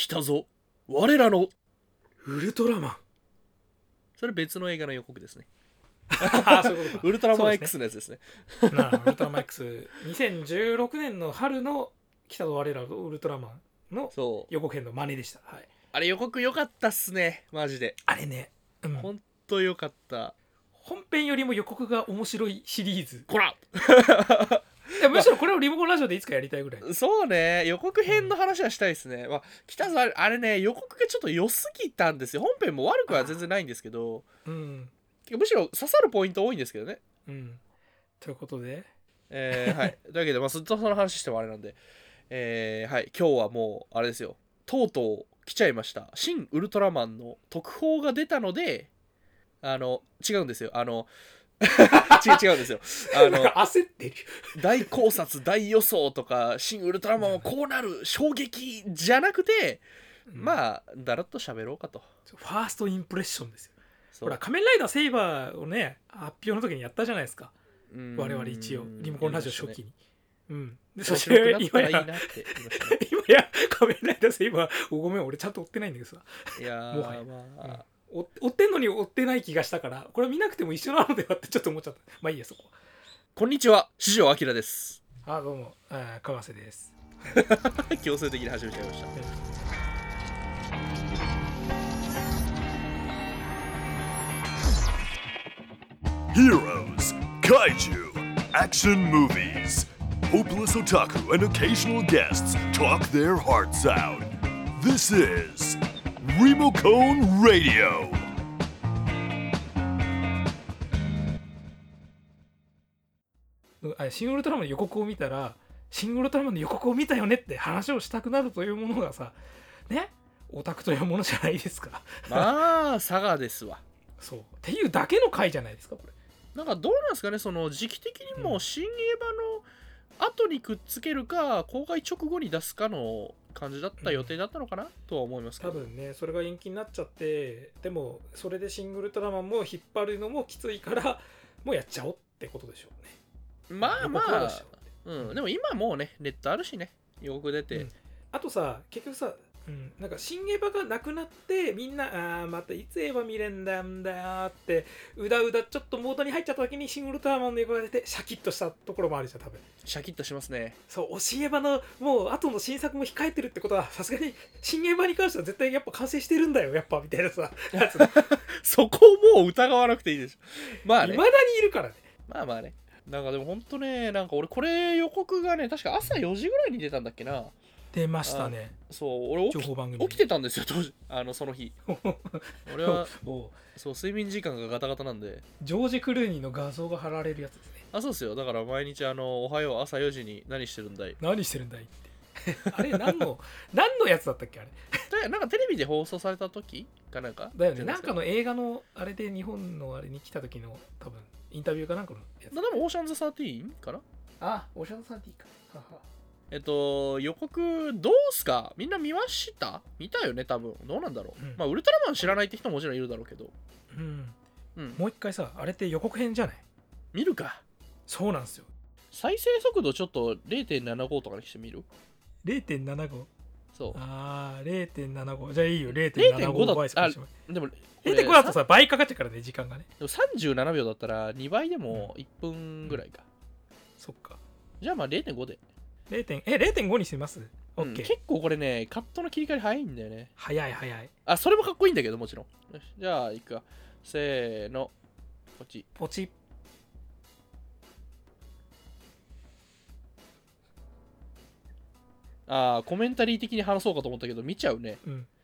来たぞ我らのウルトラマン。 それ別の映画の予告ですね。 あ、そういうことか。 ウルトラマン X のやつですね。 なあ、ウルトラマン X 2016年の春の来たぞ我らのウルトラマンのそう予告編の真似でした。はい。 あれ予告良かったっすねマジで。 あれね、 ほんと良かった。 本編よりも予告が面白いシリーズ。 こらいやむしろこれをリモコンラジオでいつかやりたいぐらい。 そうね、予告編の話はしたいですね。まあ、来たぞあれね、予告がちょっと良すぎたんですよ。本編も悪くは全然ないんですけど、むしろ刺さるポイント多いんですけどね。 ということで、 はい。だけど、まあ、ずっとその話してもあれなんで、はい、今日はもう、あれですよ。とうとう来ちゃいました。新ウルトラマンの特報が出たので、違うんですよ。違うんですよ。 焦ってる。 大考察大予想とか新ウルトラマンはこうなる衝撃じゃなくて、まあだらっと喋ろうかと。 ファーストインプレッションですよ。ほら仮面ライダーセイバーをね発表の時にやったじゃないですか。我々一応リモコンラジオ初期に。 でそして今や仮面ライダーセイバーごめん俺ちゃんと追ってないんだけどさ。 いやもはや、追ってんのに追ってない気がしたからこれ見なくても一緒なのではってちょっと思っちゃった。まあいいやそこ。 こんにちは、四条明です。 どうも川瀬です。 強制的に始めちゃいました。 Heroes, Kaiju, Action Movies. Hopeless otaku and occasional guests talk their hearts out. This is Remocone Radio. シン・ウルトラマンの予告を見たらシン・ウルトラマンの予告を見たよねって話をしたくなるというものがさねオタクというものじゃないですか。 まあ佐賀ですわ。 そうっていうだけの回じゃないですかこれ。 なんかどうなんですかね、その時期的にも新エヴァの後にくっつけるか公開直後に出すかの感じだった予定だったのかな、とは思いますけど。 多分ねそれが延期になっちゃってでもそれでシン・ウルトラマンも引っ張るのもきついからもうやっちゃおうってことでしょうね。 まあまあ、でも今もうねネットあるしね予告出て、 あとさ結局さなんか新エヴァがなくなってみんなまたいつエヴァ見れんだんだってうだうだちょっとモードに入っちゃった時にシン・ウルトラマンの予告が出てシャキッとしたところもあるじゃん多分。 シャキッとしますね。 そう新エヴァのもう後の新作も控えてるってことはさすがに新エヴァに関しては絶対やっぱ完成してるんだよやっぱみたいなさそこをもう疑わなくていいでしょ。まあね、 未だにいるからね。 まあね、なんかでもほんとね、なんか俺これ予告がね確か朝4時ぐらいに出たんだっけな。 出ましたね。 そう俺起きてたんですよ当時その日俺はそう睡眠時間がガタガタなんで。 ジョージ・クルーニーの画像が貼られるやつですね。 そうですよ。だから毎日おはよう朝4時に何してるんだい何してるんだいってあれ何のやつだったっけあれなんかテレビで放送された時かなんかだよね。なんかの映画のあれで日本のあれに来た時の多分インタビューかなんかのやつ。 でもオーシャンズ13かな。 オーシャンズ13か。 予告どうすかみんな見ました見たよね多分。どうなんだろう、まあウルトラマン知らないって人ももちろんいるだろうけど、 もう一回さあれって予告編じゃない見るか。 そうなんですよ。 再生速度ちょっと 0.75 とかにしてみる。 0.75 そう。 0.75 じゃあいいよ。 0.75 倍速にしまでも 0.5 だとさ倍かかっちゃうからね時間がね。 でも37秒だったら2倍でも1分ぐらいか、 そっか。 じゃあまあ 0.5 で 0.5 にします。OK、 結構これねカットの切り替え早いんだよね。 早い。 それもかっこいいんだけどもちろん。よしじゃあいくか。せーのポチコメンタリー的に話そうかと思ったけど見ちゃうね。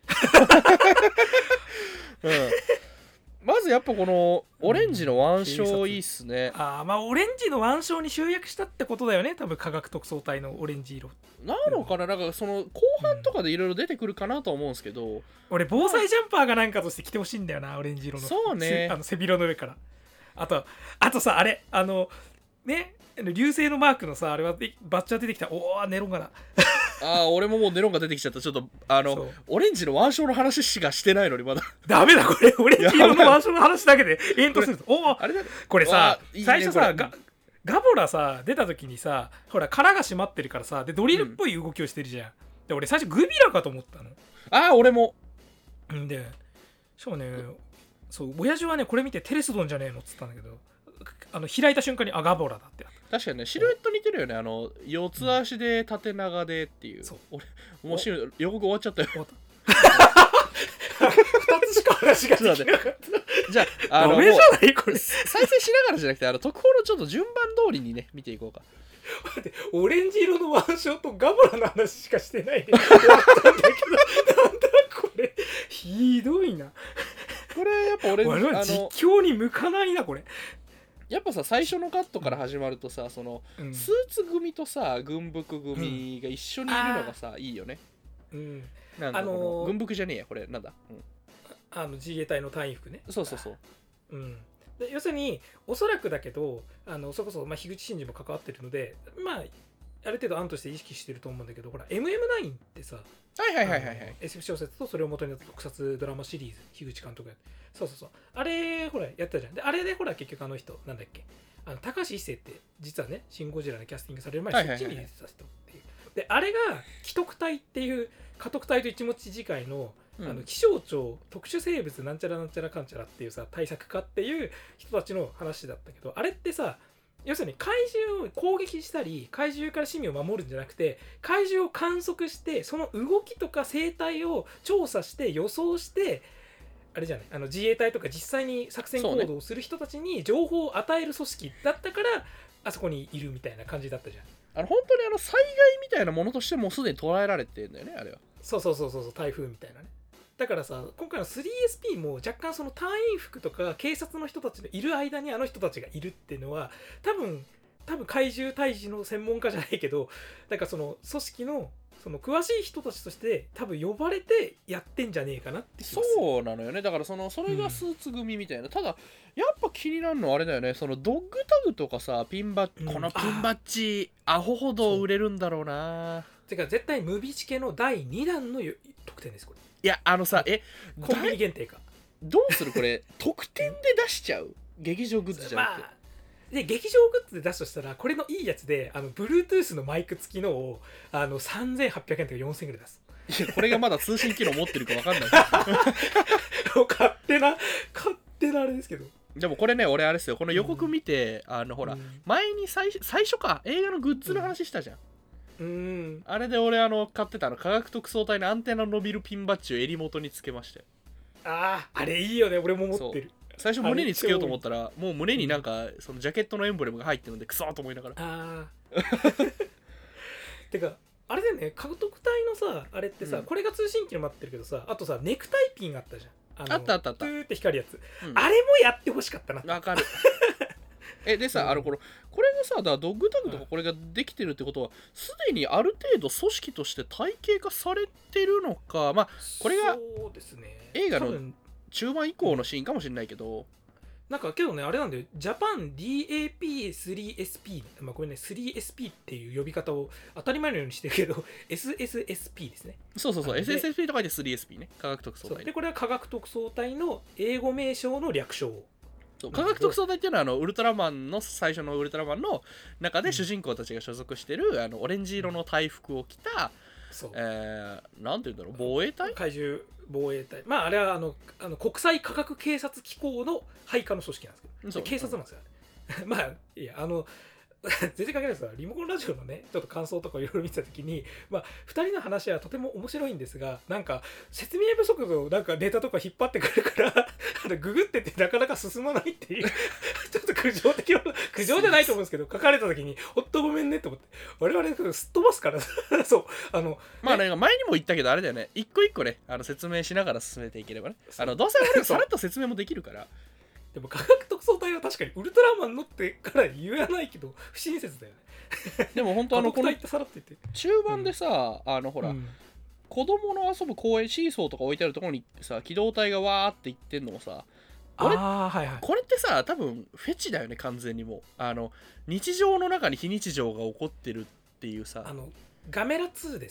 まずやっぱこのオレンジの腕章いいっすね。 まあオレンジの腕章に集約したってことだよね多分。科学特捜隊のオレンジ色なのかな。なんかその後半とかでいろいろ出てくるかなと思うんですけど、 俺防災ジャンパーがなんかとして着てほしいんだよなオレンジ色の。 そうね。 背広の上から。あとさあれね流星のマークのさあれはバッチャー出てきた。ネロンガだ俺ももうネロンが出てきちゃった。ちょっとオレンジの腕章の話しかしてないのにまだダメだこれ。オレンジ色の腕章の話だけで延々とするとこれさ最初さガボラさ出た時にさほら殻が閉まってるからさでドリルっぽい動きをしてるじゃん、で俺最初グビラかと思ったのああ俺もんでしかもねそう親父はねこれ見てテレスドンじゃねえのっつったんだけど開いた瞬間にガボラだって確かにねシルエット似てるよね四つ足で縦長でっていう、 そう俺もう予告終わっちゃったよ 2つしか話ができなかったじゃあダメじゃないこれ再生しながらじゃなくて特報のちょっと順番通りにね見ていこうか。 待ってオレンジ色の腕章とガボラの話しかしてないで終わったんだけどなんだこれひどいな。 これやっぱ俺実況に向かないなこれ。 やっぱさ最初のカットから始まるとさスーツ組とさ軍服組が一緒にいるのがさ、いいよね。なんか軍服じゃねえやこれなんだ、 自衛隊の隊員服ね。 そうそうそう。 で要するにおそらくだけどそれこそ、樋口真嗣も関わってるのである程度案として意識してると思うんだけどほら MM9 ってさSF 小説とそれを元になった特撮ドラマシリーズ樋口監督やってそうあれほらやったじゃん。であれでほら結局人なんだっけ高橋一生って実はねシン・ゴジラでキャスティングされる前にそっちに出てた人っていうであれが既得隊っていう家督隊と一文字次回の気象庁特殊生物なんちゃらなんちゃらかんちゃらっていうさ対策課っていう人たちの話だったけどあれってさ要するに怪獣を攻撃したり怪獣から市民を守るんじゃなくて怪獣を観測してその動きとか生態を調査して予想してあれじゃない自衛隊とか実際に作戦行動をする人たちに情報を与える組織だったからあそこにいるみたいな感じだったじゃん。 本当に災害みたいなものとしてもうすでに捉えられてるんだよねあれは。 そう台風みたいなね。だからさ今回の 3SP も若干その隊員服とか警察の人たちのいる間に人たちがいるっていうのは多分怪獣退治の専門家じゃないけどなんかその組織のその詳しい人たちとして多分呼ばれてやってんじゃねえかなって気がする。 そうなのよね。だからそれがスーツ組みたいな、ただやっぱ気になるのはあれだよね、そのドッグタグとかさこのピンバッジアホほど売れるんだろうな。 てか絶対ムビチケの第2弾の特典ですこれ。 いやさコンビニ限定かどうするこれ特典で出しちゃう劇場グッズじゃなくて、 で劇場グッズで出すとしたらこれのいいやつでBluetooth のマイク付きのを3800円とか4000円ぐらい出す。 いやこれがまだ通信機能持ってるか分かんない勝手なあれですけど。 でもこれね俺あれですよこの予告見て、ほら、前に最初か映画のグッズの話したじゃん。あれで俺買ってた科学特捜隊のアンテナ伸びるピンバッジを襟元につけましたよ。 あれいいよね俺も持ってる。 最初胸につけようと思ったらもう胸になんかそのジャケットのエンブレムが入ってるのでクソーと思いながらてかあれだよね科学特隊のさあれってさ、これが通信機能待ってるけどさあとさネクタイピンがあったじゃん。 あったプーって光るやつ、あれもやってほしかったな。 わかるでさ、これがさだドッグタグとかこれができてるってことはすでにある程度組織として体系化されてるのか、これがそうですね映画の中盤以降のシーンかもしれないけど、 なんかけどねあれなんだよジャパン DAP3SP これね 3SP っていう呼び方を当たり前のようにしてるけど SSSP ですね。 そう SSSP と書いて 3SP ね科学特捜隊でこれは科学特捜隊の英語名称の略称。 科学特捜隊っていうのはウルトラマンの最初のウルトラマンの中で主人公たちが所属してるオレンジ色の隊服を着た、なんていうんだろう防衛隊怪獣防衛隊あれは国際科学警察機構の配下の組織なんですけど警察なんですよいや全然関係ないですがリモコンラジオのねちょっと感想とかいろいろ見てた時に2人の話はとても面白いんですがなんか説明不足のなんかネタとか引っ張ってくるからググってなかなか進まないっていうちょっと苦情じゃないと思うんですけど書かれた時にほっとごめんねと思って我々すっ飛ばすからそう前にも言ったけどあれだよね一個一個ね説明しながら進めていければねどうせ俺さらっと説明もできるからでも科学特捜隊は確かにウルトラマンのってから言わないけど不親切だよね。 でも本当この中盤でさほら、子供の遊ぶ公園シーソーとか置いてあるところにさ機動隊がわーって言ってんのもさこれってさ多分フェチだよね完全にもう日常の中に非日常が起こってるっていうさガメラ2でさ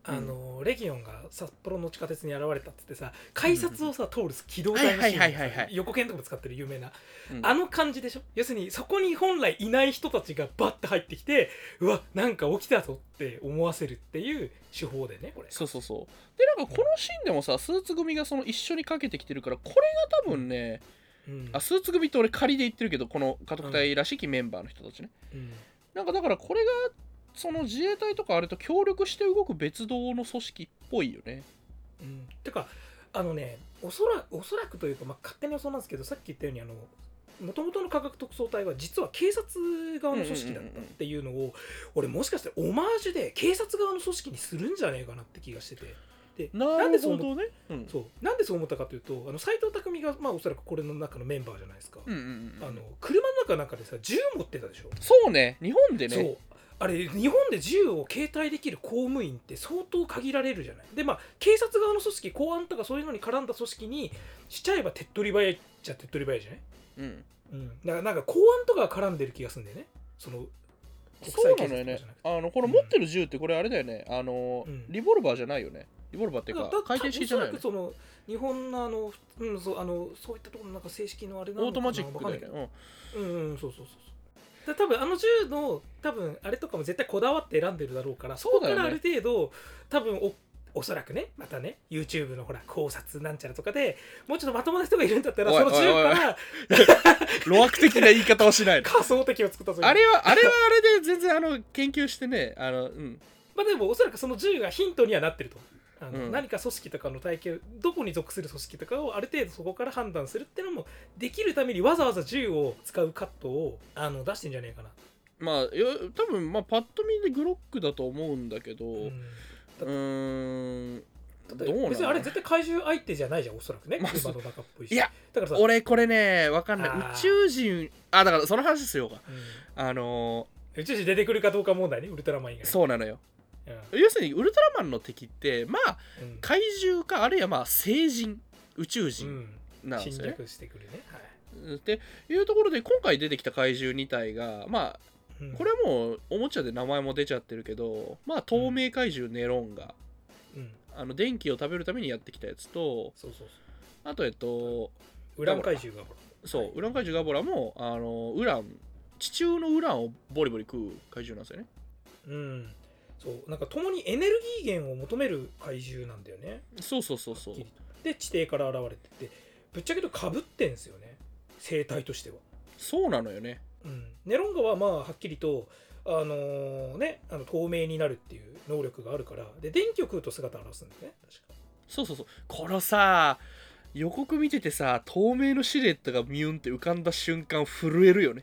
レギオンが札幌の地下鉄に現れたっつってさ、改札をさ、通る機動隊のシーン、横剣とかも使ってる有名な、あの感じでしょ。要するにそこに本来いない人たちがバッて入ってきて、うわなんか起きたぞって思わせるっていう手法でね、これ。 そうそうそう。でなんかこのシーンでもさ、スーツ組がその一緒にかけてきてるから、これが多分ね、スーツ組って俺仮で言ってるけど、この家督隊らしきメンバーの人たちね、なんかだからこれがその自衛隊とかあれと協力して動く別動の組織っぽいよね。 てかおそらくというか、勝手に予想なんですけど、さっき言ったようにもともとの科学特捜隊は実は警察側の組織だったっていうのを、俺もしかしてオマージュで警察側の組織にするんじゃねえかなって気がしてて。でなんでそう思ったかというと、斎藤工がおそらくこれの中のメンバーじゃないですか。車の中でさ銃持ってたでしょ。 そうね、日本でね。 そうあれ日本で銃を携帯できる公務員って相当限られるじゃない。で警察側の組織、公安とかそういうのに絡んだ組織にしちゃえば手っ取り早いじゃ手っ取り早いじゃない。だからなんか公安とかが絡んでる気がするんだよね。その国際警察とかじゃなくて、 この持ってる銃ってこれあれだよね、リボルバーじゃないよね。リボルバーっていうか回転式じゃないよね。 その日本のそういったところのなんか正式のあれなのかな、 オートマチックだよね。 そう多分銃の多分あれとかも絶対こだわって選んでるだろうから、そこからある程度多分おそらくね、またね YouTube のほら考察なんちゃらとかでもうちょっとまともな人がいるんだったら、その銃から路悪的な言い方をしない仮想敵を作ったぞ。 あれはあれで全然研究してね、 でもおそらくその銃がヒントにはなってると。何か組織とかの体系、どこに属する組織とかをある程度そこから判断するっていうのもできるために、わざわざ銃を使うカットを出してんじゃねえかな。 多分パッと見でグロックだと思うんだけど、どう別にあれ絶対怪獣相手じゃないじゃん、おそらくね。車の中っぽいし。 いやだからさ、俺これね分かんない。宇宙人だからその話ですよが、 宇宙人出てくるかどうか問題ね、ウルトラマン以外。 そうなのよ。要するにウルトラマンの敵って怪獣かあるいは星人宇宙人なんですよね。 侵略してくるね。 っていうところで、今回出てきた怪獣2体がこれはもうおもちゃで名前も出ちゃってるけど、透明怪獣ネロンガ、電気を食べるためにやってきたやつと、あとウラン怪獣ガボラ。 そう、ウラン怪獣ガボラもウラン、地中のウランをボリボリ食う怪獣なんですよね。 そうなんか共にエネルギー源を求める怪獣なんだよね。 そうで地底から現れてて、ぶっちゃけとかぶってんすよね、生態としては。 そうなのよね。 ネロンガははっきりと透明になるっていう能力があるから、で電気を食うと姿を現すんだよね、確か。 そうこのさ予告見ててさ、透明のシルエットがミュンって浮かんだ瞬間震えるよね。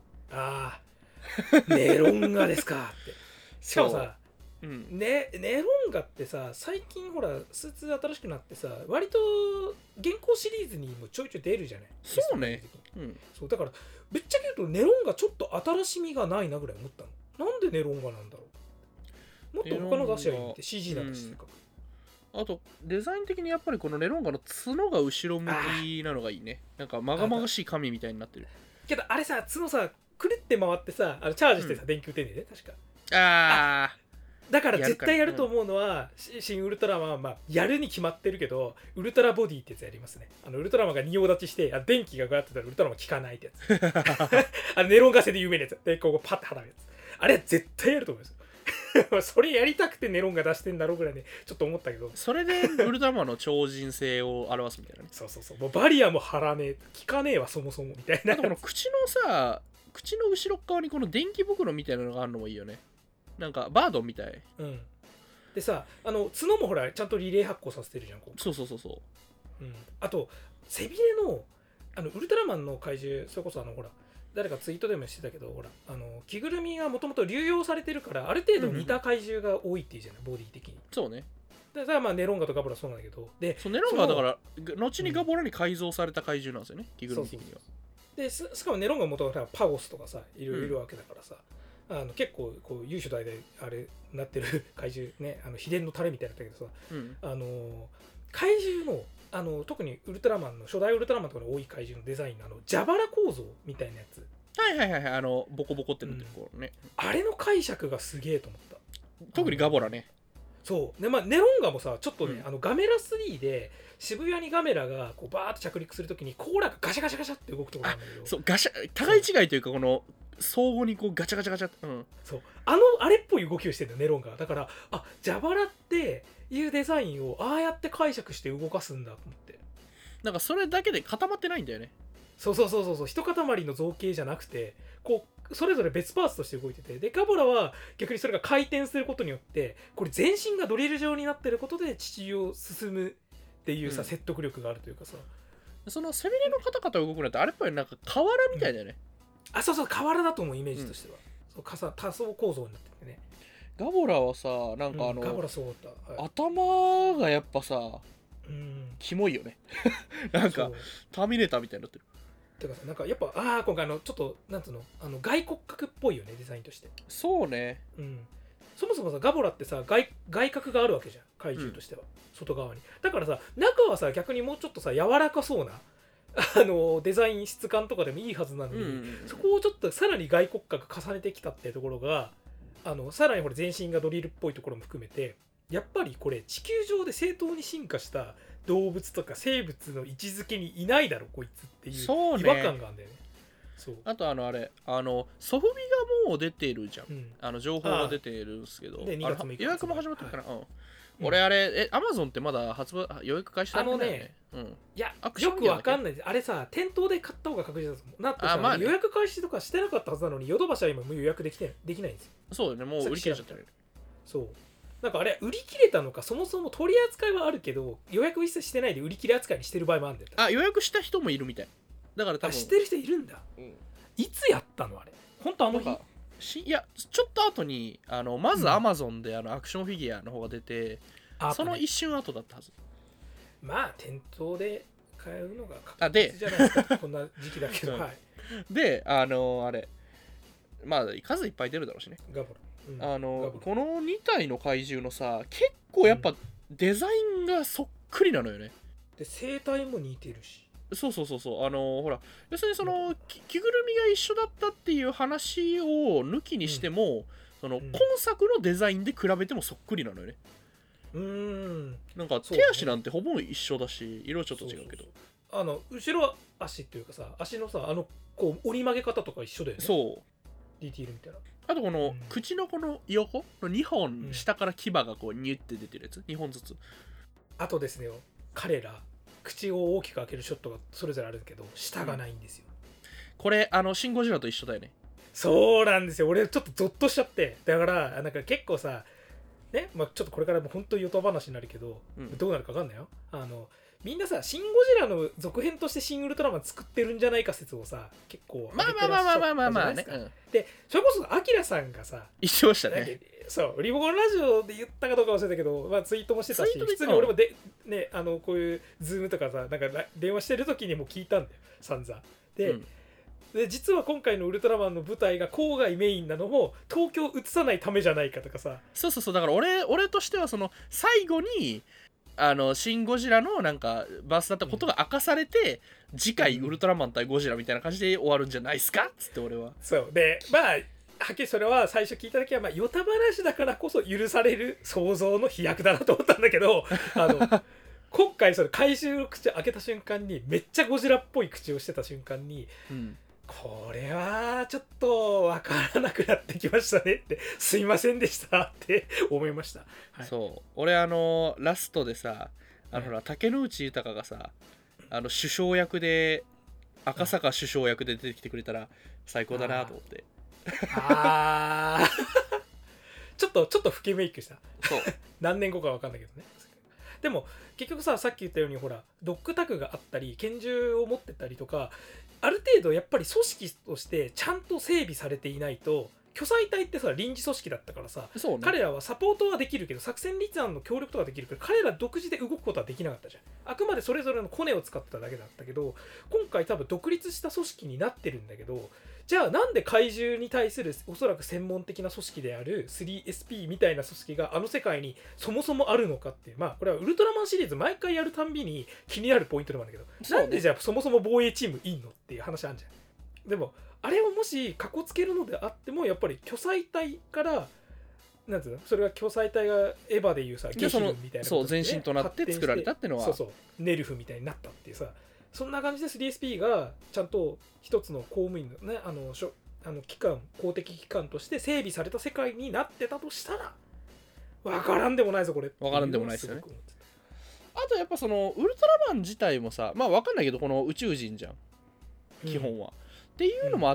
ネロンガですかって。しかもさネロンガってさ、最近ほらスーツ新しくなってさ、割と現行シリーズにもちょいちょい出るじゃない。 そうね。 そうだからぶっちゃけ言うとネロンガちょっと新しみがないなぐらい思ったの。なんでネロンガなんだろう。もっと他の出しゃいいって CG なんだし、 あとデザイン的にやっぱりこのネロンガの角が後ろ向きなのがいいね。なんかまがまがしい紙みたいになってるけど、あれさ角さくるって回ってさ、チャージしてさ、電球点でね、確か。だから絶対やると思うのは、新ウルトラマンはやるに決まってるけど、ウルトラボディってやつやりますね。ウルトラマンが仁王立ちして電気がガーってたらウルトラマン効かないってやつ。ネロンガセで有名なやつで、ここパッと払うやつ。あれは絶対やると思いますよ。それやりたくてネロンが出してんだろうぐらいね、ちょっと思ったけど、 それでウルトラマンの超人性を表すみたいなね。 そうもうバリアも張らねえ、効かねえわそもそもみたいな。 あとこの口の後ろ側にこの電気袋みたいなのがあるのもいいよね。なんかバードみたい。 でさ、角もほらちゃんとリレー発光させてるじゃん。 そう、 あと背びれのウルトラマンの怪獣、それこそほら誰かツイートでもしてたけど、ほら着ぐるみがもともと流用されてるから、ある程度似た怪獣が多いっていうじゃない、ボディ的に。 そうね。 だからネロンガとガボラそうなんだけど、でネロンガはだから後にガボラに改造された怪獣なんですよね、着ぐるみ的には。 でしかもネロンガもともとパゴスとかさ、いろいろいるわけだからさ、結構こう由緒代々あれなってる怪獣ね、秘伝のタレみたいだったけどさ、怪獣の特にウルトラマンの初代ウルトラマンとかの多い怪獣のデザインの蛇腹構造みたいなやつ、 ボコボコってなってる子ね、 あれの解釈がすげえと思った。 特にガボラね。 そうで、まあ、ネロンガもさちょっとね、 うんガメラ3で渋谷にガメラがこうバーッと着陸するときにコーラがガシャガシャガシャって動くところなんだけど、 そうガシャ互い違いというかこの相互にこうガチャガチャガチャ、うん、 そうあれっぽい動きをしてるんだよネロンガだから、あ蛇腹っていうデザインをああやって解釈して動かすんだと思って。 なんかそれだけで固まってないんだよね。 そう一塊の造形じゃなくてこうそれぞれ別パーツとして動いてて、でガボラは逆にそれが回転することによってこれ全身がドリル状になってることで地中を進むっていうさ、 うん説得力があるというかさ、 その背びれのカタカタ動くのってあれっぽいなんか瓦みたいだよね、 あそう瓦だと思うイメージとしては、そう多層構造になっててね。 ガボラはさなんかガボラそうだった、はい、 頭がやっぱさうんキモいよねなんかそうターミネーターみたいになってる。 てかさなんかやっぱ今回ちょっとなんつうの外骨格っぽいよねデザインとして。 そうね。 そもそもさガボラってさ外角があるわけじゃん怪獣としては、外側に。だからさ中はさ逆にもうちょっとさ柔らかそうなデザイン質感とかでもいいはずなのに、そこをちょっとさらに外骨格重ねてきたっていうところがさらにこれ全身がドリルっぽいところも含めてやっぱりこれ地球上で正当に進化した動物とか生物の位置づけにいないだろこいつっていうそうね違和感があるんだよね。そうあとあれソフビがもう出てるじゃん、情報が出てるんですけど、 で2月6日予約も始まってるかな、 はい俺あれアマゾンってまだ発売予約開始だったんだよね。 いやアクショよンゲームだっけくわかんないです。あれさ店頭で買った方が確実だと思う。なってさ、 まあね予約開始とかしてなかったはずなのにヨドバシは今もう予約できないんですよ。 そうよね、もう売り切れちゃってる。 そうなんかあれ売り切れたのかそもそも取り扱いはあるけど予約一切してないで売り切れ扱いにしてる場合もあるんだよ。 予約した人もいるみたいだから多分知ってる人いるんだ、いつやったのあれ本当なんかいやちょっと後にまずアマゾンでアクションフィギュアの方が出て、その一瞬後だったはず。 まあ店頭で買うのが確実じゃないですかこんな時期だけど、はい、 であれまあ数いっぱい出るだろうしね。 ガボラ、 この2体の怪獣のさ結構やっぱデザインがそっくりなのよね。 で生態も似てるし。 そうほら要するにその着ぐるみが一緒だったっていう話を抜きにしても、その今作のデザインで比べてもそっくりなのよね。なんか手足なんてほぼ一緒だし色ちょっと違うけど、 後ろ足っていうかさ足のさこう折り曲げ方とか一緒だよね。 そうディティールみたいな。 あとこの口のこの横の2本下から牙がこうニュって出てるやつ2本ずつ。 あとですね彼ら口を大きく開けるショットがそれぞれあるけど舌がないんですよ、 これシン・ゴジラと一緒だよね。 そうなんですよ。俺ちょっとゾッとしちゃって。だからなんか結構さね、まあ、ちょっとこれからも本当にヨタ話になるけど、どうなるか分かんないよ。みんなさシン・ゴジラの続編としてシン・ウルトラマン作ってるんじゃないか説をさ結構まあね、 でそれこそアキラさんがさ言ってましたね。 そうリモコンラジオで言ったかどうか忘れたけど、まあ、ツイートもしてたし普通に俺もで、ね、こういうズームとかさなんか電話してる時にも聞いたんだよ散々で、で実は今回のウルトラマンの舞台が郊外メインなのも東京映さないためじゃないかとかさ。 そうだから俺としてはその最後にシン・ゴジラのなんかバースだったことが明かされて、次回ウルトラマン対ゴジラみたいな感じで終わるんじゃないですかっつって俺は。 そうでまあはっきりそれは最初聞いた時はまあヨタ話だからこそ許される想像の飛躍だなと思ったんだけど今回その怪獣の口を開けた瞬間にめっちゃゴジラっぽい口をしてた瞬間に、これはちょっと分からなくなってきましたねってすいませんでしたって思いました、はい、 そう俺ラストでさほら竹野内豊がさ首相役で赤坂首相役で出てきてくれたら最高だなと思って。 ちょっと老けメイクした。 そう何年後か分かんないけどね。でも結局さっき言ったようにほらドッグタグがあったり拳銃を持ってたりとかある程度やっぱり組織としてちゃんと整備されていないと。巨彩隊ってさ臨時組織だったからさ、 ね、 彼らはサポートはできるけど作戦立案の協力とかできるけど彼ら独自で動くことはできなかったじゃん。あくまでそれぞれのコネを使ってただけだったけど今回多分独立した組織になってるんだけどじゃあなんで怪獣に対するおそらく専門的な組織である 3SP みたいな組織が世界にそもそもあるのかっていう、まあこれはウルトラマンシリーズ毎回やるたんびに気になるポイントなんだけど、なんでじゃあそもそも防衛チームいんのっていう話あるじゃん。でもあれをもしかこつけるのであってもやっぱり巨彩隊からなんつうの、それが巨細体がエヴァでいうさゲヒルみたいなそう前身となって作られたってのは、 そうそうネルフみたいになったっていうさ、そんな感じで 3SP がちゃんと一つの公務員のね機関、公的機関として整備された世界になってたとしたら分からんでもないぞこれ。 分からんでもないですよね。あとやっぱそのウルトラマン自体もさ、まあ分かんないけどこの宇宙人じゃん基本は、っていうのもあって、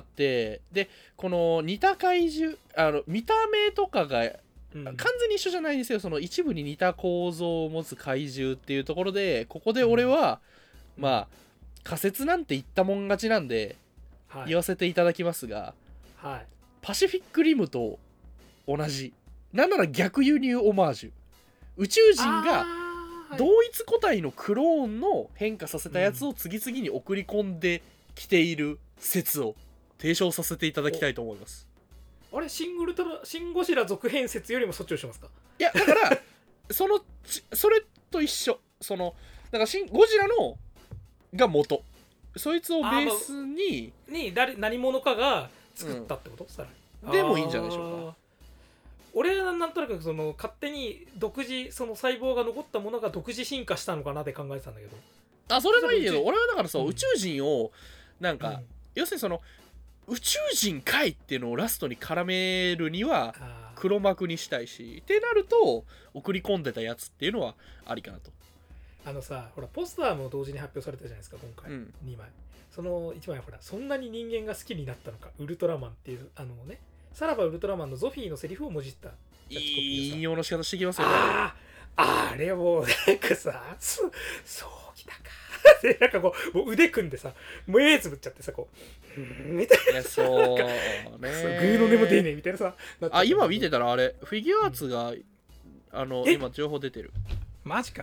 でこの似た怪獣見た目とかが完全に一緒じゃないんですよ。その一部に似た構造を持つ怪獣っていうところで、ここで俺は、まあ仮説なんて言ったもん勝ちなんで、言わせていただきますが、パシフィックリムと同じ、なんなら逆輸入オマージュ、宇宙人が同一個体のクローンの変化させたやつを次々に送り込んできている説を提唱させていただきたいと思います。 あれシンゴジラ続編説よりもそっちをしますか？ いやだからそれと一緒、だからゴジラのが元、そいつをベースに何者かが作ったってこと、 でもいいんじゃないでしょうか。 俺はなんとなくその勝手にその細胞が残ったものが独自進化したのかなって考えてたんだけど、 それもいいけど、俺はだから宇宙人をなんか、要するにその宇宙人かいっていうのをラストに絡めるには黒幕にしたいし、ってなると送り込んでたやつっていうのはありかなと。 ほらポスターも同時に発表されたじゃないですか今回、2枚。その1枚ほら、そんなに人間が好きになったのかウルトラマンっていうさらばウルトラマンのゾフィーのセリフをもじったいい引用の仕方してきますよね。 あれもなんかさ、そうきたかでなんかこうもう腕組んでさ目つぶっちゃってさこうみたいな、 そうね、 グーの根も出ねえみたいなさ。 今見てたらあれフィギュアーツが、今情報出てる。 マジか。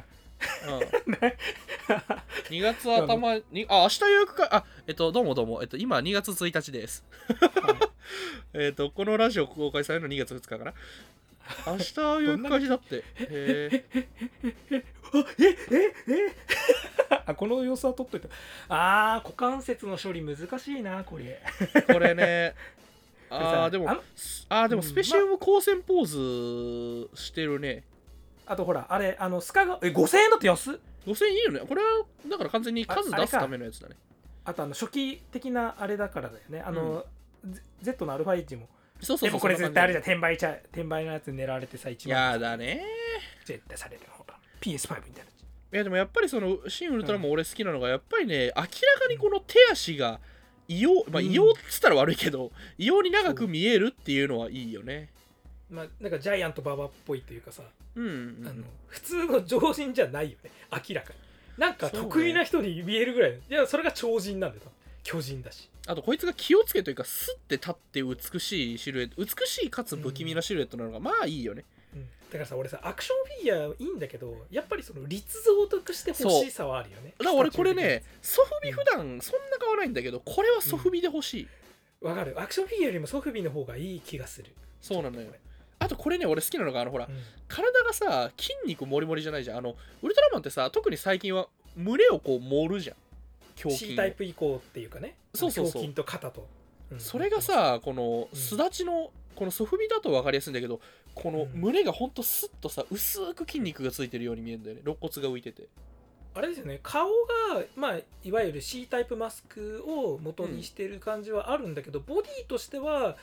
2月頭に明日予約か。どうも今2月1日です。このラジオ公開されるの2月2日かな。明日予約開始だって。 この様子は撮っといた。股関節の処理難しいなこれ。 これね。でもスペシウム光線ポーズしてるね。 あとほらスカが5000円だって安っ。 5000円いいよね。これはだから完全に数出すためのやつだね。 あと初期的なあれだからだよね。Z のアルファエッジも。 そうでもこれ絶対あれじゃ転売のやつ狙われてさ1万。 やだね。 絶対されるほら PS5 みたいな。 いやでもやっぱりそのシン・ウルトラマン俺好きなのがやっぱりね、明らかにこの手足が異様っつったら悪いけど異様に長く見えるっていうのはいいよね。 なんかジャイアント馬場っぽいというかさ、普通の常人じゃないよね明らかに。なんか得意な人に見えるぐらい、いやそれが超人なんだよ、巨人だし。 あとこいつが気をつけというかスッて立って美しいシルエット、美しいかつ不気味なシルエットなのがまあいいよね。 だからさ俺さアクションフィギュアいいんだけどやっぱりその立像として欲しさはあるよね。 だから俺これねソフビ普段そんな買わないんだけど、これはソフビで欲しい。 わかる。アクションフィギュアよりもソフビの方がいい気がする。 そうなのよ。あとこれね俺好きなのがほら、体がさ筋肉もりもりじゃないじゃん。ウルトラマンってさ特に最近は胸をこう盛るじゃん。胸筋 C タイプ以降っていうかね。 そう胸筋と肩と、 それがさこのすだちのこのソフビだと分かりやすいんだけど、この胸がほんとスッとさ薄く筋肉がついてるように見えるんだよね。肋骨が浮いててあれですよね。顔がいわゆる C タイプマスクを元にしてる感じはあるんだけど、ボディとしては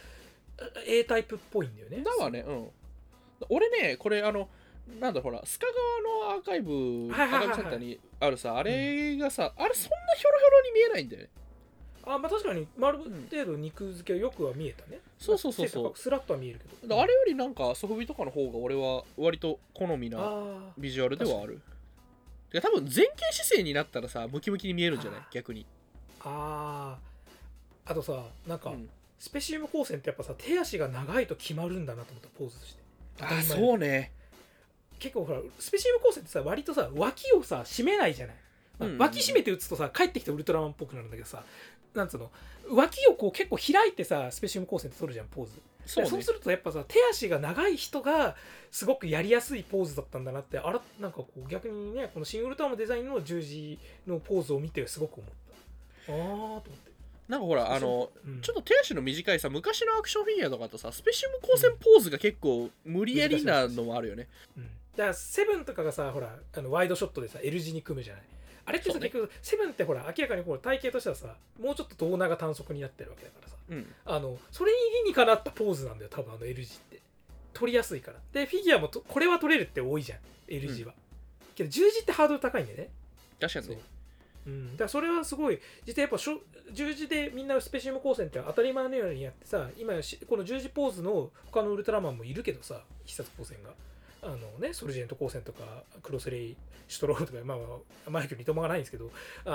A タイプっぽいんだよね。 だわね。俺ねこれなんだほら須賀川のアーカイブセンターにあるさ、あれがさ、あれそんなヒョロヒョロに見えないんだよね。 確かにある程度肉付けはよくは見えたね。 そうスラッとは見えるけど、あれよりなんかソフビとかの方が俺は割と好みなビジュアルではある。多分前傾姿勢になったらさムキムキに見えるんじゃない？逆に。 あとさなんか、スペシウム光線ってやっぱさ手足が長いと決まるんだなと思ったポーズとして。 そうね。 結構ほらスペシウム光線ってさ割とさ脇をさ締めないじゃない。脇締めて打つとさ帰ってきてウルトラマンっぽくなるんだけどさ、なんつうの脇をこう結構開いてさスペシウム光線って取るじゃんポーズ。そうするとやっぱさ手足が長い人がすごくやりやすいポーズだったんだなってなんかこう逆にねこのシン・ウルトラマンデザインの十字のポーズを見てすごく思った。と思って。 なんかほらうん、 ちょっと手足の短いさ昔のアクションフィギュアとかとさスペシウム光線ポーズが結構無理やりなのもあるよね、 うん、だからセブンとかがさほらワイドショットでさ L 字に組むじゃない。あれってさ、 そうね、 結局セブンってほら明らかにこう体型としてはさもうちょっと胴長短足になってるわけだからさ、 うん、 それにかなったポーズなんだよ多分L 字って取りやすいから。でフィギュアもこれは取れるって多いじゃん L 字は、けど十字ってハードル高いんでね。 確かにね。 うん、だからそれはすごい実はやっぱ十字でみんなスペシウム光線って当たり前のようにやってさ、今この十字ポーズの他のウルトラマンもいるけどさ、必殺光線がソルジェント光線とかクロスレイシュトロールとか、まあマイケルにともがないんですけど、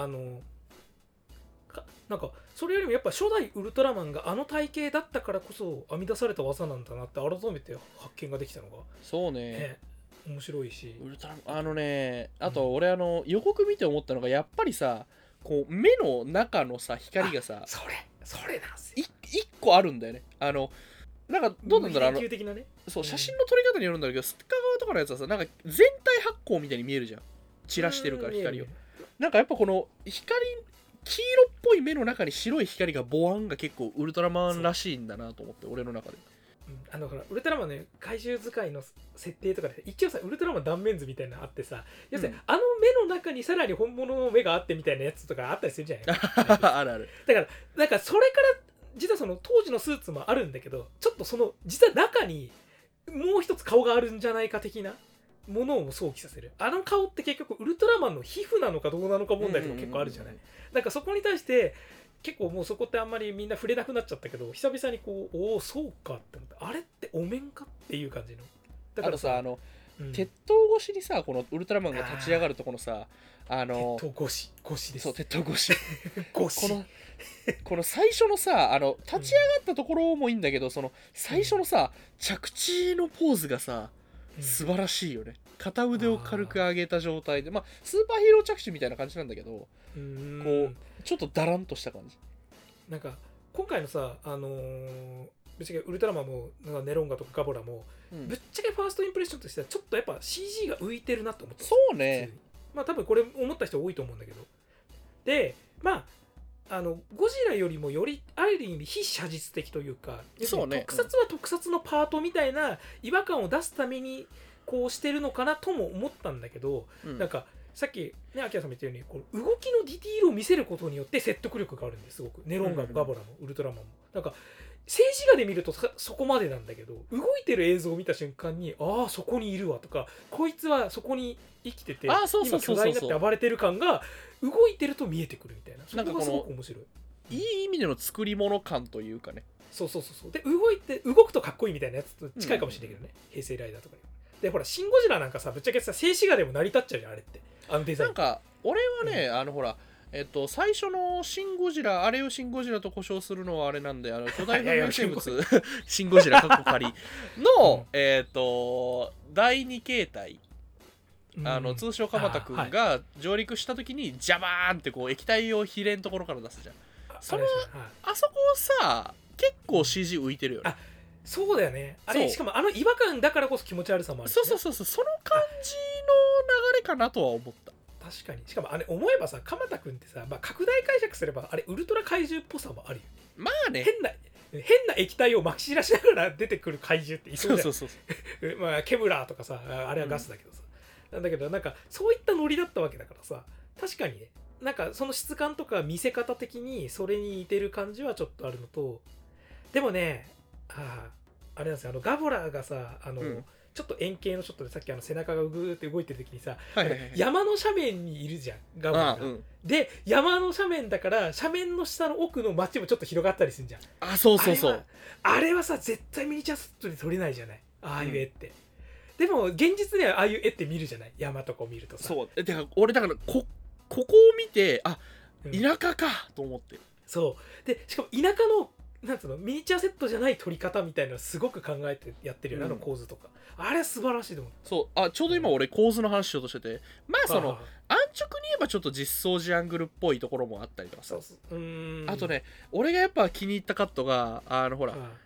なんかそれよりもやっぱ初代ウルトラマンが体型だったからこそ編み出された技なんだなって改めて発見ができたのがそうね、 面白いし、 ウルトラあと俺予告見て思ったのがやっぱりさこう目の中のさ光がさそれなんすよ。 一個あるんだよね。なんかどうなんだろう研究的なね、 そう写真の撮り方によるんだけどスッカー側とかのやつはさなんか全体発光みたいに見えるじゃん。散らしてるから光を。なんかやっぱこの光黄色っぽい目の中に白い光がボワンが結構ウルトラマンらしいんだなと思って俺の中で。 ほらウルトラマンの怪獣使いの設定とかで一応さウルトラマン断面図みたいなのあってさ、要するに目の中にさらに本物の目があってみたいなやつとかあったりするじゃないあるある。 だからなんかそれから実はその当時のスーツもあるんだけど、ちょっとその実は中にもう一つ顔があるんじゃないか的なものを想起させる。顔って結局ウルトラマンの皮膚なのかどうなのか問題とか結構あるじゃない。なんかそこに対して結構もうそこってあんまりみんな触れなくなっちゃったけど、久々にこうおおそうかって思って、あれってお面かっていう感じの。だからさ鉄塔越しにさこのウルトラマンが立ち上がるとこのさ鉄塔越しです。 そう鉄塔越し越しこの最初のさ立ち上がったところもいいんだけど、その最初のさ着地のポーズがさ素晴らしいよね。片腕を軽く上げた状態でスーパーヒーロー着地みたいな感じなんだけど、こうちょっとダランとした感じ。 なんか今回のさぶっちゃけウルトラマンもなんかネロンガとかガボラも、ぶっちゃけファーストインプレッションとしてはちょっとやっぱ CG が浮いてるなと思った。 そうね。 多分これ思った人多いと思うんだけど、でゴジラよりもよりある意味非写実的というか、 そうね、 特撮は特撮のパートみたいな違和感を出すためにこうしてるのかなとも思ったんだけど、なんかさっきねアキラさんも言ったようにこう動きのディティールを見せることによって説得力があるんです。すごくネロンガもガボラもウルトラマンもなんか静止画で見るとそこまでなんだけど、動いてる映像を見た瞬間にそこにいるわとか、こいつはそこに生きてて今巨大になって暴れてる感が動いてると見えてくるみたいな。そこがすごく面白い。 いい意味での作り物感というかね。 そうで動くとかっこいいみたいなやつと近いかもしれないけどね、平成ライダーとかに。でほらシン・ゴジラなんかさぶっちゃけさ静止画でも成り立っちゃうじゃんあれって。デザインなんか俺はね、ほら最初のシン・ゴジラ、あれをシン・ゴジラと呼称するのはあれなんで、巨大不明生物シン・ゴジラカッコ仮の、第2形態、通称鎌田くんが上陸した時にジャバーンってこう液体をひれんところから出すじゃん。あそこさ結構 CG 浮いてるよね。 そうだよね。あれしかも違和感だからこそ気持ち悪さもあるし、ね、 そうその感じの流れかなとは思った。 確かに。しかも思えばさ鎌田くんってさ、拡大解釈すればあれウルトラ怪獣っぽさもあるよ。 ね変な液体をまき散らしながら出てくる怪獣っていそうじゃん。 そうケムラーとかさあれはガスだけどさ、なんだけどなんかそういったノリだったわけだからさ、確かにねなんかその質感とか見せ方的にそれに似てる感じはちょっとあるのと、でもねあれなんですよ、ガボラがさちょっと円形のショットでさっき背中がグーって動いてる時にさ、山の斜面にいるじゃんガボラが、で山の斜面だから斜面の下の奥の街もちょっと広がったりするじゃん。 そうあれはさ絶対ミニチュアセットで撮れないじゃない、ああいう絵って。でも現実にはああいう絵って見るじゃない、山とかを見るとさ。 そうで俺だからここを見て田舎かと思って、 そうでしかも田舎のなんつうのミニチュアセットじゃない撮り方みたいなのすごく考えてやってるよね、構図とか。あれ素晴らしいと思う。 そうちょうど今俺構図の話しようとしてて、安直に言えばちょっと実装時アングルっぽいところもあったりとかさ。あとね俺がやっぱ気に入ったカットがほら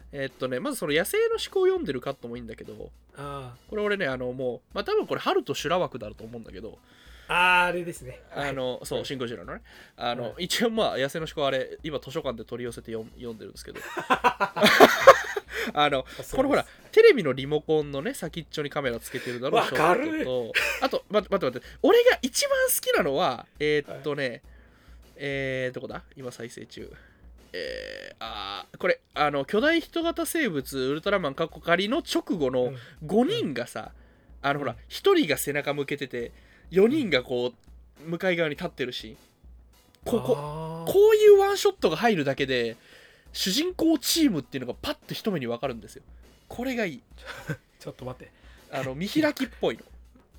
まずその野生の思考を読んでるカットもいいんだけど、 あこれ俺ねもう、まあ、多分これ春と修羅枠だと思うんだけど、 あれですね。 そうシン・ゴジラのねはい一応まあ野生の思考あれ今図書館で取り寄せて読んでるんですけどこのほらテレビのリモコンのね先っちょにカメラつけてるだろうわかるショットと、あと待って俺が一番好きなのはどこだ今再生中これ巨大人型生物ウルトラマンカッコ仮の直後の5人がさ、ほら1人が背中向けてて4人がこう向かい側に立ってるし、こういうワンショットが入るだけで主人公チームっていうのがパッと一目に分かるんですよ。これがいいちょっと待って見開きっぽい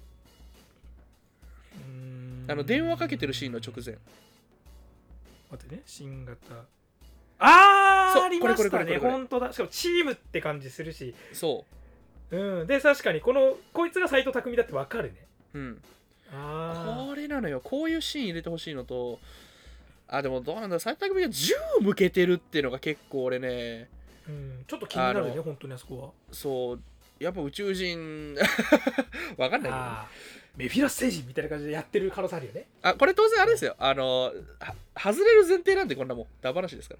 の電話かけてるシーンの直前、 待ってね、新型ありましたね。 これ本当だ。しかもチームって感じするし、 そうで確かにこいつが斎藤工だってわかるね。 これなのよ。こういうシーン入れてほしいのと、でもどうなんだ、斎藤工が銃を向けてるっていうのが結構俺ね、 ちょっと気になるね本当に。あそこはそうやっぱ宇宙人わかんないけど、ね、 メフィラス星人みたいな感じでやってる可能性あるよね。 これ当然あれですよ、外れる前提なんでこんなもんダバなしですから。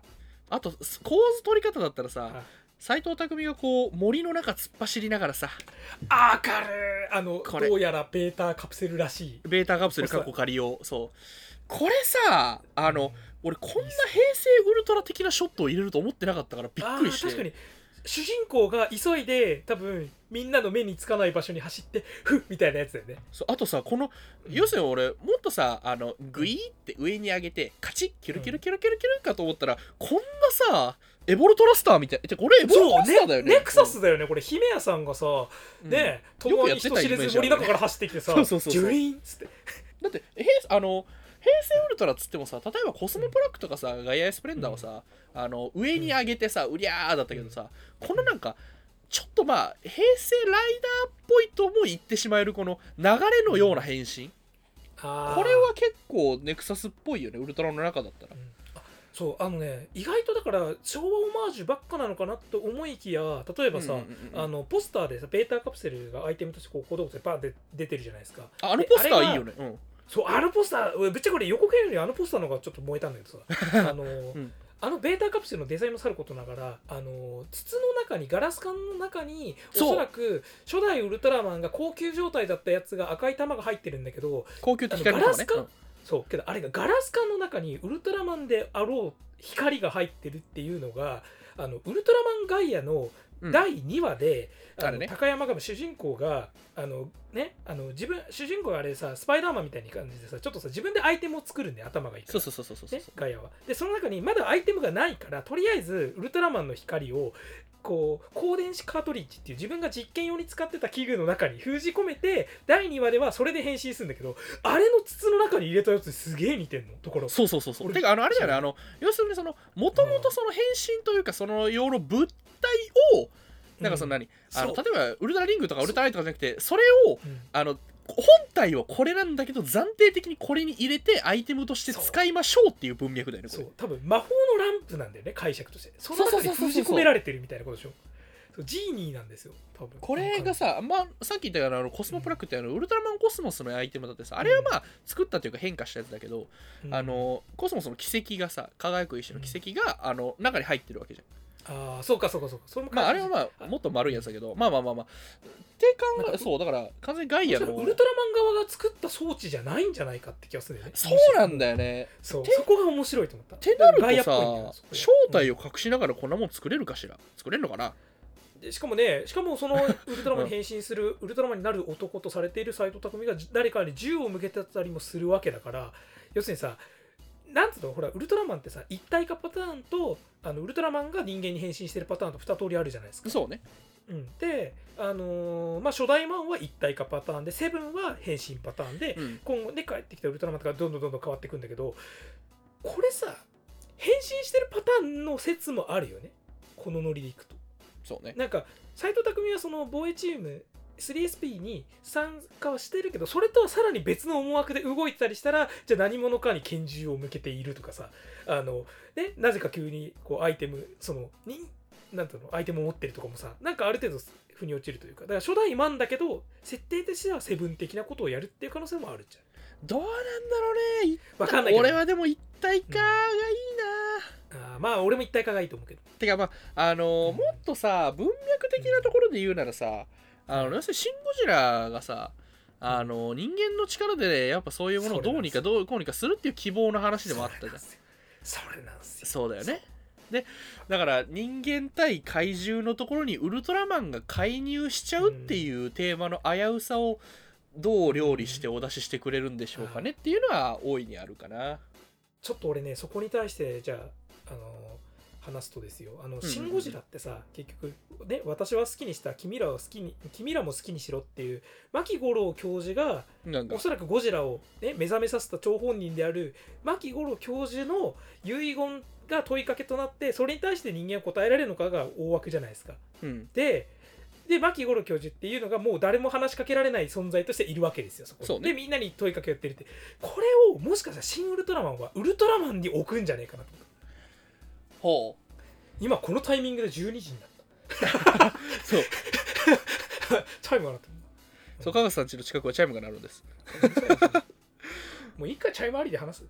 あと構図取り方だったらさ、斎藤工がこう森の中突っ走りながらさ、 わかる。どうやらベータカプセルらしい。 ベータカプセル過去借りよう。そうこれさ俺こんな平成ウルトラ的なショットを入れると思ってなかったからびっくりして。 確かに主人公が急いで多分みんなの目につかない場所に走ってフッみたいなやつだよね。 そうあとさ要するに俺もっとさグイーって上に上げてカチッキュルキュルキュルキュルキュルかと思ったら、こんなさエボルトラスターみたいな。これエボルトラスターだよね。 ネクサスだよねこれ。姫谷さんがさね遠くに人知れず森の中から走ってきてさジュリーンっつって。 だって平成ウルトラっつってもさ、例えばコスモプラクとかさガイアエスプレンダーはさ、上に上げてさうりゃーだったけどさ、このなんかちょっとまあ平成ライダーっぽいとも言ってしまえるこの流れのような変身、これは結構ネクサスっぽいよねウルトラの中だったら。 そう意外とだから昭和オマージュばっかなのかなと思いきや、例えばさ、ポスターでさベータカプセルがアイテムとしてこう小道具でバンって出てるじゃないですか。 ポスターいいよね。 そうポスターぶっちゃこれ予告編よりポスターの方がちょっと燃えたんだけどさベータカプセルのデザインもさることながら筒の中にガラス管の中におそらく初代ウルトラマンが高級状態だったやつが赤い玉が入ってるんだけど、 高級って光のね。 そうけどあれがガラス管の中にウルトラマンであろう光が入ってるっていうのがウルトラマンガイアの第2話で、高山が主人公が主人公があれさスパイダーマンみたいな感じでさちょっとさ自分でアイテムを作るんで頭がいいから。そうガイアは。でその中にまだアイテムがないからとりあえずウルトラマンの光をこう光電子カートリッジっていう自分が実験用に使ってた器具の中に封じ込めて第2話ではそれで変身するんだけど、あれの筒の中に入れたやつすげえ似てんのところ。 そうてかあれじゃない要するにもともとその変身というかその用の物体をなんか例えばウルトラリングとかウルトラライトとかじゃなくてそれを本体はこれなんだけど暫定的にこれに入れてアイテムとして使いましょうっていう文脈だよね。これ多分魔法のランプなんだよね解釈として。その中に封じ込められてるみたいなことでしょ。ジーニーなんですよ多分。 これがさ、さっき言ったようなコスモプラックってウルトラマンコスモスのアイテムだってさ、あれは作ったというか変化したやつだけど、コスモスの奇跡がさ輝く石の奇跡が中に入ってるわけじゃん。 そうかそれもあれはもっと丸いやつだけどって考えそうだから完全にガイアのウルトラマン側が作った装置じゃないんじゃないかって気がするんだよね。 そうなんだよね。 そこが面白いと思った。 ってなるとさ正体を隠しながらこんなもん作れるかしら。作れるのかな。 しかもそのウルトラマンに変身するウルトラマンになる男とされている斎藤工が誰かに銃を向けてたりもするわけだから、要するにさなんつうのほらウルトラマンってさ一体化パターンとウルトラマンが人間に変身してるパターンと2通りあるじゃないですか。 そうね。 で初代マンは一体化パターンでセブンは変身パターンで、今後で帰ってきたウルトラマンとかどんどん変わっていくんだけど、これさ変身してるパターンの説もあるよねこのノリでいくと。 そうね。 なんか斎藤工はその防衛チーム 3SP に参加はしてるけど、それとはさらに別の思惑で動いてたりしたら、じゃあ何者かに拳銃を向けているとかさ、なぜか急にこうアイテムなんていうのアイテムを持ってるとかもさ、なんかある程度腑に落ちるというか、だから初代マンだけど設定としてはセブン的なことをやるっていう可能性もあるじどうなんだろうね。 ゃん。わかんないけど俺はでも一体化がいいな、 まあ俺も一体化がいいと思うけど。 てかまあもっとさ文脈的なところで言うならさ、要するにシン・ゴジラがさ人間の力で、ね、やっぱそういうものをどうにかするっていう希望の話でもあったじゃん。 それなんですよ。 そうだよね。でだから人間対怪獣のところにウルトラマンが介入しちゃうっていうテーマの危うさをどう料理してお出ししてくれるんでしょうかねっていうのは大いにあるかな。 ちょっと俺ねそこに対してじゃあ話すとですよ、シン・ゴジラってさ、結局ね、私は好きにした君らも好きにしろっていう牧五郎教授がおそらくゴジラを、ね、目覚めさせた張本人である牧五郎教授の遺言が問いかけとなって、それに対して人間は答えられるのかが大枠じゃないですか。で牧五郎教授っていうのがもう誰も話しかけられない存在としているわけですよ。そこでみんなに問いかけをやってるって、これをもしかしたらシン・ウルトラマンはウルトラマンに置くんじゃねえかなと。 ほう、 今このタイミングで12時になったそうチャイムが鳴った。 そう、かがさん家の近くはチャイムが鳴るんです。 もう一回チャイムありで話す。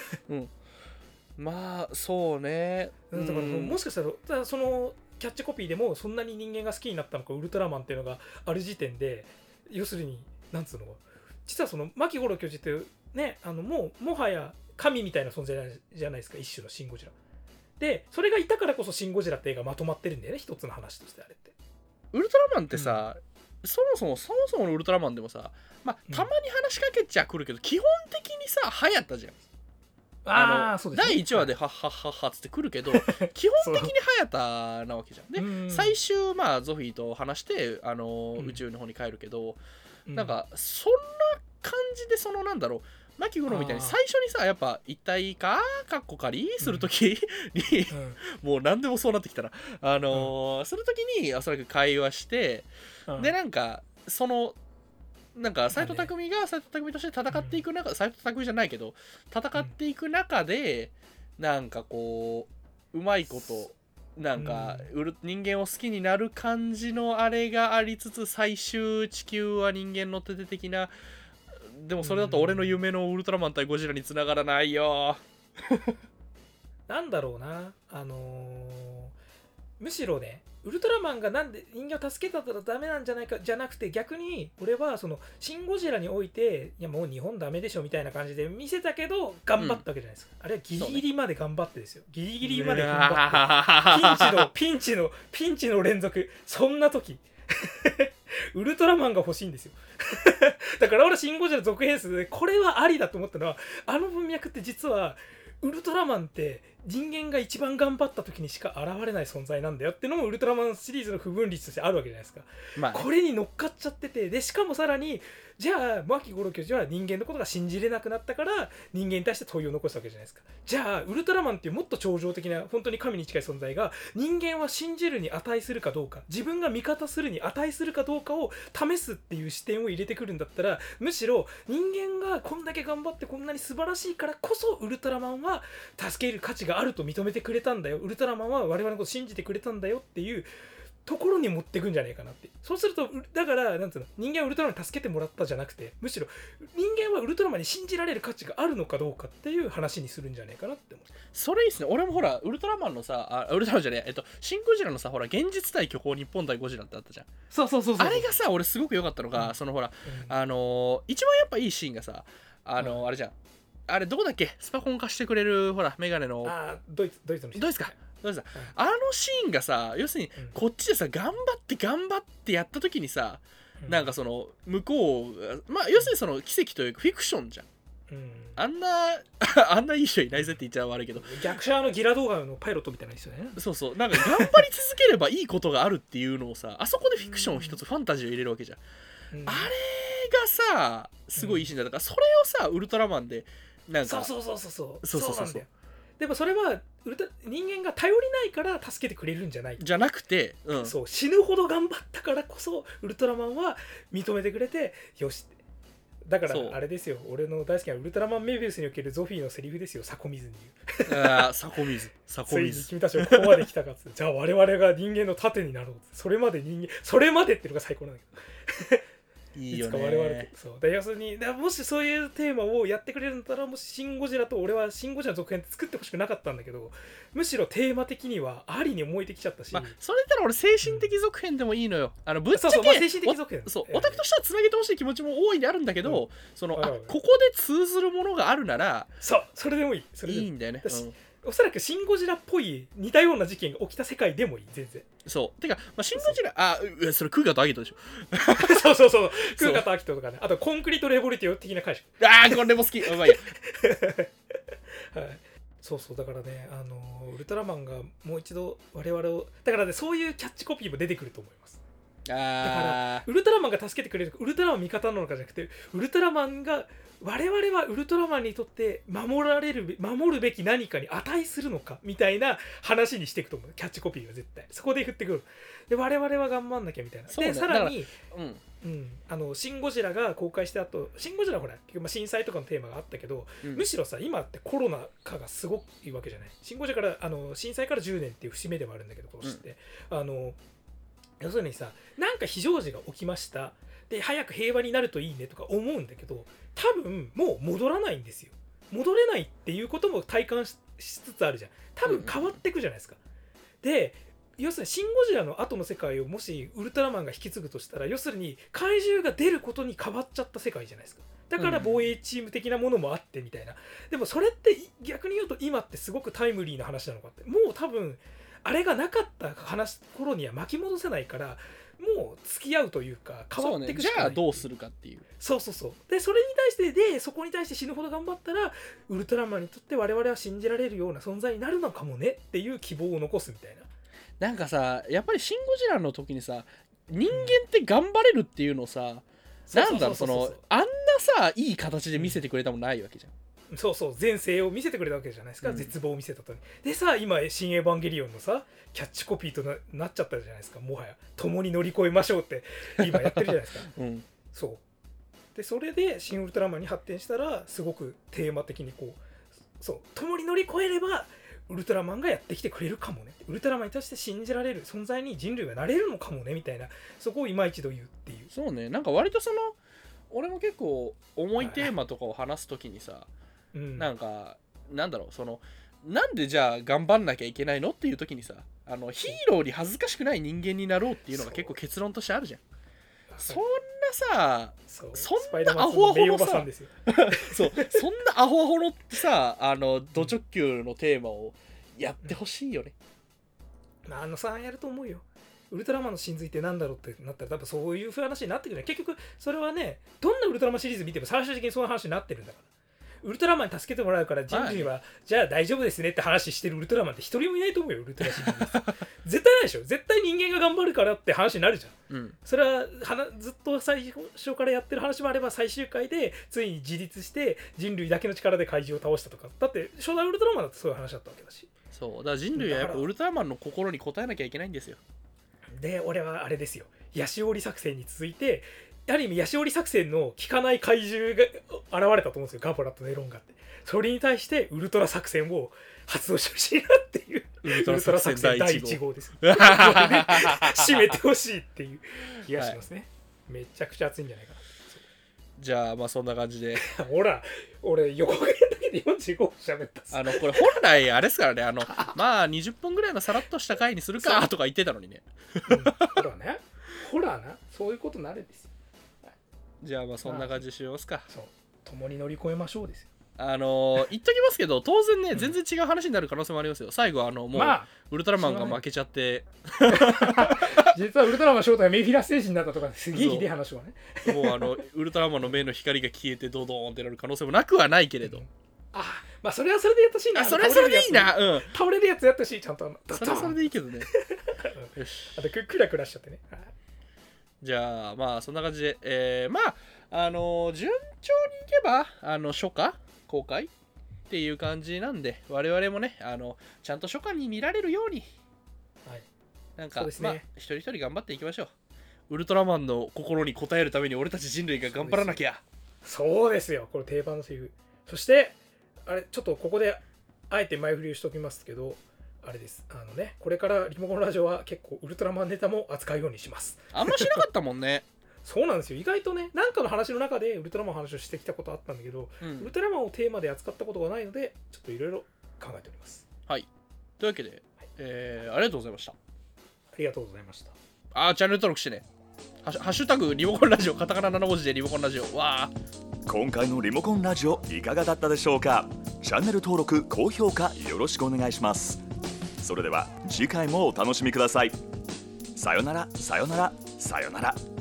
まあそうね。 だからもしかしたらそのキャッチコピーでもそんなに人間が好きになったのかウルトラマンっていうのがある時点で、要するになんつうの、実はその牧五郎教授ってね、もはや神みたいな存在じゃないですか、一種のシン・ゴジラで。それがいたからこそシン・ゴジラって映画まとまってるんだよね、一つの話として。あれってウルトラマンってさ、そもそものウルトラマンでもさ、まあたまに話しかけちゃくるけど、基本的にさ流行ったじゃん。 そうですね、 第1話でハッハッハッハっつってくるけど基本的に早田なわけじゃん。で最終まあゾフィーと話して宇宙の方に帰るけど、なんかそんな感じで、そのなんだろう、牧五郎みたいに最初にさやっぱ一体化かっこ仮するときに、もう何でもそうなってきたらするときにおそらく会話して、でなんかそのなんか斎藤工が斎藤工として戦っていく中、斎藤工じゃないけど戦っていく中でなんかこううまいことなんか人間を好きになる感じのあれがありつつ、最終地球は人間の手で的な、でもそれだと俺の夢のウルトラマン対ゴジラに繋がらないよ。 なんだろうな、むしろね、ウルトラマンがなんで人間を助けたらダメなんじゃないかじゃなくて、逆に俺はそのシン・ゴジラにおいて、いやもう日本ダメでしょみたいな感じで見せたけど頑張ったわけじゃないですか、あれはギリギリまで頑張ってですよ、ギリギリまで頑張ってピンチの連続。そんな時ウルトラマンが欲しいんですよだから俺はシン・ゴジラ続編数でこれはありだと思ったのは、文脈って実はウルトラマンって人間が一番頑張った時にしか現れない存在なんだよってのもウルトラマンシリーズの不分率としてあるわけじゃないですか、これに乗っかっちゃってて、でしかもさらにじゃあ牧五郎教授は人間のことが信じれなくなったから人間に対して問いを残したわけじゃないですか。じゃあウルトラマンっていうもっと超常的な本当に神に近い存在が人間は信じるに値するかどうか、自分が味方するに値するかどうかを試すっていう視点を入れてくるんだったら、むしろ人間がこんだけ頑張ってこんなに素晴らしいからこそウルトラマンは助ける価値があると認めてくれたんだよ、ウルトラマンは我々のことを信じてくれたんだよっていうところに持ってくんじゃねえかなって。そうするとだからなんていうの、人間はウルトラマンに助けてもらったじゃなくて、むしろ人間はウルトラマンに信じられる価値があるのかどうかっていう話にするんじゃねえかなって思う。 それいいっすね。俺もほらウルトラマンのさ、ウルトラマンじゃねえ、シン・ゴジラのさ、ほら現実対虚構日本対ゴジラってあったじゃん。 そうあれがさ俺すごく良かったのが、そのほら、一番やっぱいいシーンがさ、あれじゃん、あれどこだっけ、スパコン貸してくれるほらメガネのドイツの人、 ドイツか、あのシーンがさ、要するにこっちでさ頑張ってやった時にさ、なんかその向こうまあ要するにその奇跡というかフィクションじゃん、あんないい人いないぜって言っちゃ悪いけど、 逆者のギラ動画のパイロットみたいな人ね。 そうなんか頑張り続ければいいことがあるっていうのをさ、あそこでフィクションを一つファンタジーを入れるわけじゃん、あれがさすごいいいシーンだから、それをさウルトラマンでなんかそうなんだよ。でもそれは人間が頼りないから助けてくれるんじゃないじゃなくて、 そう死ぬほど頑張ったからこそウルトラマンは認めてくれて、よしってだかそうらあれですよ、俺の大好きなウルトラマンメビウスにおけるゾフィーのセリフですよ、サコミズに言う。 ああ迫水迫ついに水君たちはここまで来たかっつってじゃあ我々が人間の盾になろうっつってそれまでっていうのが最高なんだけどいいよつか我々 ねとそうだ要するにもしそういうテーマをやってくれるんだったらもしシン・ゴジラと俺はシン・ゴジラの続編って作ってほしくなかったんだけどむしろテーマ的にはありに思えてきちゃったし、 まあそれ言ったら俺精神的続編でもいいのよ。ぶっちゃけそうそう、まあ、精神的続編そうオタクとしてはつなげてほしい気持ちも大いにあるんだけど、そのはいはいここで通ずるものがあるならそうそれでもいいそれでもいいんだよね。 私おそらくシン・ゴジラっぽい似たような事件が起きた世界でもいい全然そうてか、まあ、シン・ゴジラそれクーガとアギトでしょ。 そうクーガとアキトとかねあとコンクリートレボリティオ的な解釈これも好きうまいやはいそうだからねウルトラマンがもう一度我々をだからねそういうキャッチコピーも出てくると思います。だからウルトラマンが助けてくれるウルトラマン味方なのかじゃなくてウルトラマンが我々はウルトラマンにとって守るべき何かに値するのかみたいな話にしていくと思うキャッチコピーは絶対そこで振ってくるで我々は頑張んなきゃみたいな、 ね、 でさらにうんシン・ゴジラが公開してあとシン・ゴジラほら震災とかのテーマがあったけど、むしろさ今ってコロナ禍がすごくいいわけじゃないシン・ゴジラから震災から10年っていう節目でもあるんだけど今年って、要するにさなんか非常時が起きましたで早く平和になるといいねとか思うんだけど多分もう戻らないんですよ戻れないっていうことも体感 しつつあるじゃん多分変わっていくじゃないですか、で要するにシン・ゴジラの後の世界をもしウルトラマンが引き継ぐとしたら要するに怪獣が出ることに変わっちゃった世界じゃないですかだから防衛チーム的なものもあってみたいな、でもそれって逆に言うと今ってすごくタイムリーな話なのかってもう多分あれがなかった頃には巻き戻せないからもう付き合うというか変わっていくしかない、 じゃあどうするかっていうそうでそれに対してそこに対して死ぬほど頑張ったらウルトラマンにとって我々は信じられるような存在になるのかもねっていう希望を残すみたいな。 なんかさやっぱりシン・ゴジラの時にさ人間って頑張れるっていうのをさ、なんだろうそのあんなさいい形で見せてくれたもないわけじゃん。 そう前世を見せてくれたわけじゃないですか、絶望を見せたとでさ今新エヴァンゲリオンのさキャッチコピーと なっちゃったじゃないですかもはや共に乗り越えましょうって今やってるじゃないですか、そうでそれで新ウルトラマンに発展したらすごくテーマ的にこうそう共に乗り越えればウルトラマンがやってきてくれるかもねウルトラマンに対して信じられる存在に人類がなれるのかもねみたいなそこを今一度言うっていうそうねなんか割とその俺も結構重いテーマとかを話すときにさ、なんかなんだろうそのなんでじゃあ頑張んなきゃいけないのっていう時にさヒーローに恥ずかしくない人間になろうっていうのが結構結論としてあるじゃん。そんなさそんなアホアホのさそうそんなアホアホのさド直球のテーマをやってほしいよね。 さやると思うよ。ウルトラマンの真髄ってなんだろうってなったら多分そういう話になってくるね。結局それはねどんなウルトラマンシリーズ見ても最終的にその話になってるんだから。ウルトラマンに助けてもらうから人類は、じゃあ大丈夫ですねって話してるウルトラマンって一人もいないと思うよウルトラシリーズ絶対ないでしょ。絶対人間が頑張るからって話になるじゃん、それはずっと最初からやってる話もあれば最終回でついに自立して人類だけの力で怪獣を倒したとかだって初代ウルトラマンだってそういう話だったわけだしそうだから人類はやっぱウルトラマンの心に応えなきゃいけないんですよ。 で俺はあれですよヤシオリ作戦に続いてある意味ヤシオリ作戦の効かない怪獣が現れたと思うんですよガボラとネロンガって。それに対してウルトラ作戦を発動してほしいなっていうウルトラ作戦第1号です締めてほしいっていう気がしますね、めちゃくちゃ熱いんじゃないかな。 じゃあまあそんな感じでほら俺横弦だけで45分喋ったこれ本来あれですからねまあ20分ぐらいのさらっとした回にするかとか言ってたのにね、 ほらなそういうことなれですよ、 じゃあまあそんな感じしますか。 そう共に乗り越えましょうですよ。 言っときますけど当然ね、全然違う話になる可能性もありますよ。最後もう、ウルトラマンが負けちゃって実はウルトラマン正体はメフィラス星人になったとかすげえひでえ話はねもうウルトラマンの目の光が消えてドドーンってなる可能性もなくはないけれど、 まあそれはそれでやってほしいな。 それはそれでいいな。 倒れるやつやってほしいちゃんと。 それはそれでいいけどねよしあとクラクラしちゃってね。 じゃあまあそんな感じでまあ順調にいけば初夏公開っていう感じなんで我々もねちゃんと初夏に見られるように、なんか、まあ一人一人頑張っていきましょう。ウルトラマンの心に応えるために俺たち人類が頑張らなきゃ。 そうですよ、これ定番のセリフ。そしてあれちょっとここであえて前振りをしておきますけど、あれです、これからリモコンラジオは結構ウルトラマンネタも扱うようにします。 あんましなかったもんね。 そうなんですよ、意外とね、なんかの話の中でウルトラマンの話をしてきたことあったんだけど、ウルトラマンをテーマで扱ったことがないので、ちょっといろいろ考えております。 はい。というわけで、ありがとうございました。 ありがとうございました。 チャンネル登録してね。ハッシュタグリモコンラジオ、カタカナ7文字でリモコンラジオ。わー。 今回のリモコンラジオいかがだったでしょうか。チャンネル登録高評価よろしくお願いします。それでは次回もお楽しみください。さよならさよならさよなら。